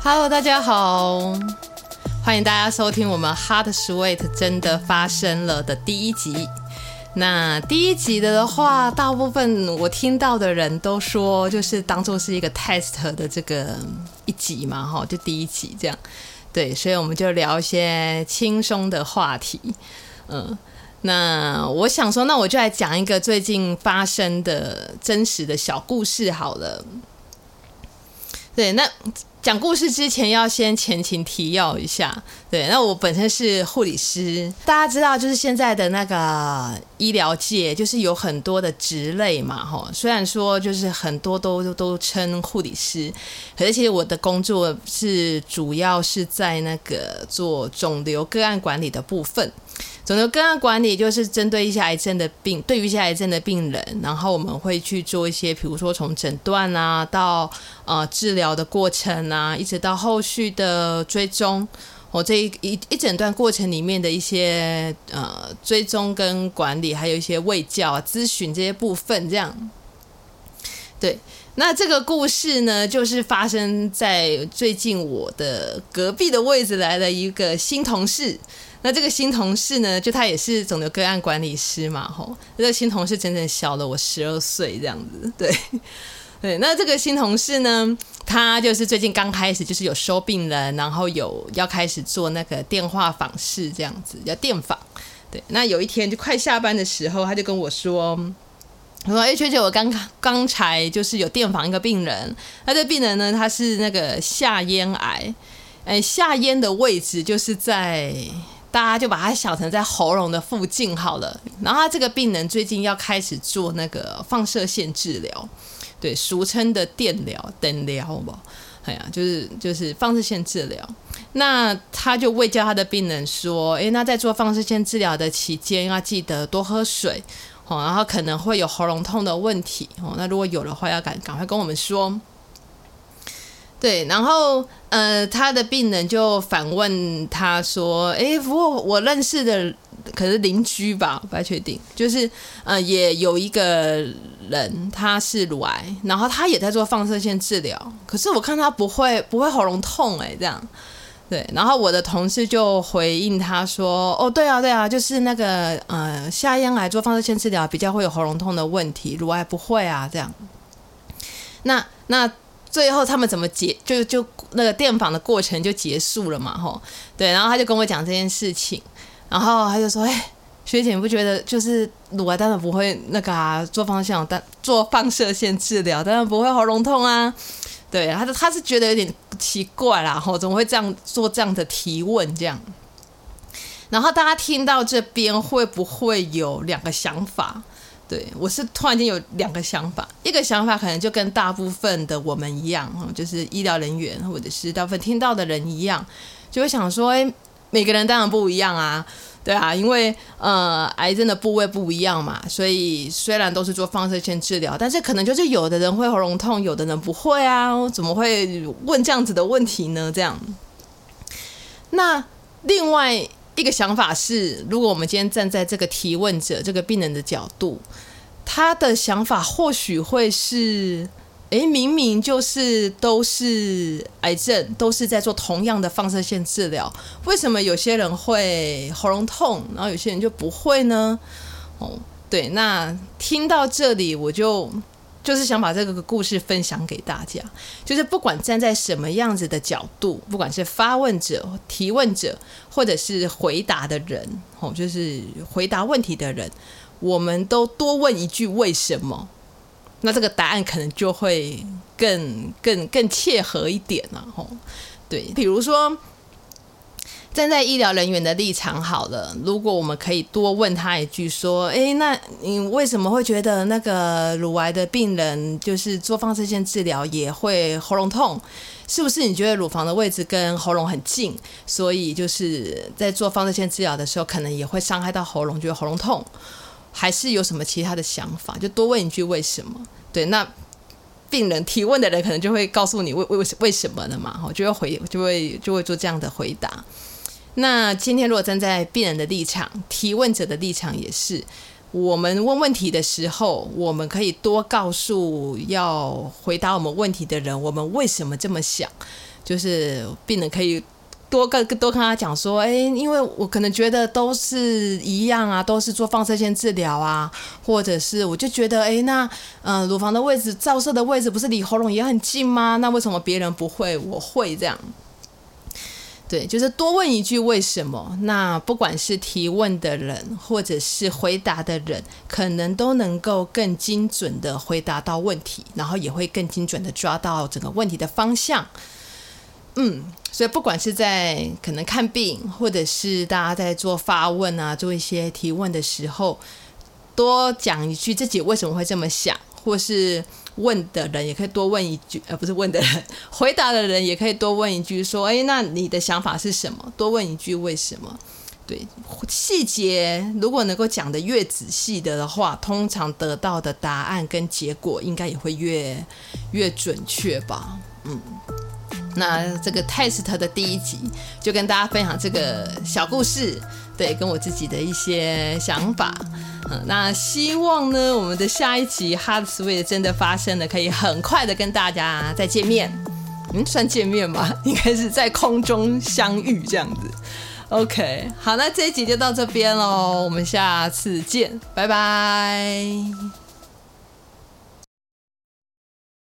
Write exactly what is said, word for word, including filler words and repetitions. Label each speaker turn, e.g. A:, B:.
A: Hello， 大家好，欢迎大家收听我们 Hot Sweet 真的发生了的第一集。那第一集的话，大部分我听到的人都说，就是当作是一个 test 的这个一集嘛，就第一集这样。对，所以我们就聊一些轻松的话题。嗯，那我想说，那我就来讲一个最近发生的真实的小故事好了。对，那讲故事之前要先前情提要一下。对，那我本身是护理师，大家知道就是现在的那个医疗界就是有很多的职类嘛，虽然说就是很多都都称护理师，可是其实我的工作是主要是在那个做肿瘤个案管理的部分。肿瘤个案管理就是针对一些癌症的病，对于一些癌症的病人，然后我们会去做一些，比如说从诊断啊到呃治疗的过程啊，一直到后续的追踪，我、哦、这一一一整段过程里面的一些呃追踪跟管理，还有一些卫教啊、咨询这些部分，这样。对，那这个故事呢，就是发生在最近我的隔壁的位置来了一个新同事。那这个新同事呢，就他也是肿瘤个案管理师嘛，吼，这个新同事整整小了我十二岁这样子，对，对。那这个新同事呢，他就是最近刚开始，就是有收病人，然后有要开始做那个电话访视这样子，叫电访。对，那有一天就快下班的时候，他就跟我说，他说：“哎，学姐，我刚刚才就是有电访一个病人，那这病人呢，他是那个下咽癌，哎，下咽的位置就是在。”大家就把它想成在喉咙的附近好了。然后他这个病人最近要开始做那个放射线治疗，对，俗称的电疗、电疗吧，哎呀，就是就是放射线治疗。那他就卫教他的病人说，哎，那在做放射线治疗的期间，要记得多喝水，哦，然后可能会有喉咙痛的问题，哦，那如果有的话，要赶赶快跟我们说。对，然后呃，他的病人就反问他说：“哎，不过我认识的可是邻居吧，不太确定。就是呃，也有一个人他是乳癌，然后他也在做放射线治疗，可是我看他不会不会喉咙痛哎，这样。对，然后我的同事就回应他说：哦，对啊，对啊，就是那个呃，下咽癌做放射线治疗比较会有喉咙痛的问题，乳癌不会啊，这样。那那。”最后他们怎么结就就那个电访的过程就结束了嘛，吼，对，然后他就跟我讲这件事情，然后他就说，哎，学姐你不觉得就是乳癌当然不会那个啊，做放射线但做放射线治疗当然不会喉咙痛啊，对，他他是觉得有点奇怪啦，吼，怎么会这样做这样的提问这样？然后大家听到这边会不会有两个想法？对，我是突然间有两个想法，一个想法可能就跟大部分的我们一样，就是医疗人员或者是大部分听到的人一样，就会想说，哎，每个人当然不一样啊，对啊，因为呃癌症的部位不一样嘛，所以虽然都是做放射线治疗，但是可能就是有的人会喉咙痛，有的人不会啊，怎么会问这样子的问题呢？这样，那另外。一个想法是，如果我们今天站在这个提问者、这个病人的角度，他的想法或许会是：哎，明明就是都是癌症，都是在做同样的放射线治疗，为什么有些人会喉咙痛，然后有些人就不会呢？哦，对，那听到这里，我就。就是想把这个故事分享给大家，就是不管站在什么样子的角度，不管是发问者、提问者，或者是回答的人，就是回答问题的人，我们都多问一句为什么，那这个答案可能就会更更更切合一点啊。对，比如说。站在医疗人员的立场好了，如果我们可以多问他一句说，哎，那你为什么会觉得那个乳癌的病人就是做放射线治疗也会喉咙痛？是不是你觉得乳房的位置跟喉咙很近，所以就是在做放射线治疗的时候可能也会伤害到喉咙，觉得喉咙痛？还是有什么其他的想法？就多问一句为什么？对，那病人提问的人可能就会告诉你为为为什么了嘛，就会回就会就会做这样的回答。那今天如果站在病人的立场，提问者的立场也是，我们问问题的时候，我们可以多告诉要回答我们问题的人，我们为什么这么想。 就是病人可以多跟多跟他讲说，哎，因为我可能觉得都是一样啊，都是做放射线治疗啊，或者是我就觉得，哎，那呃乳房的位置照射的位置不是离喉咙也很近吗？那为什么别人不会，我会这样？对，就是多问一句为什么，那不管是提问的人或者是回答的人，可能都能够更精准的回答到问题，然后也会更精准的抓到整个问题的方向。嗯，所以不管是在可能看病，或者是大家在做发问啊，做一些提问的时候，多讲一句自己为什么会这么想，或是问的人也可以多问一句，呃，不是问的人，回答的人也可以多问一句，说，哎，那你的想法是什么？多问一句为什么？对，细节如果能够讲得越仔细的话，通常得到的答案跟结果应该也会越越准确吧。嗯。那这个 test 的第一集就跟大家分享这个小故事，对，跟我自己的一些想法。嗯，那希望呢，我们的下一集 Heart Suite 真的发生了，可以很快的跟大家再见面。嗯，算见面吗？应该是在空中相遇这样子。OK， 好，那这一集就到这边咯，我们下次见，拜拜。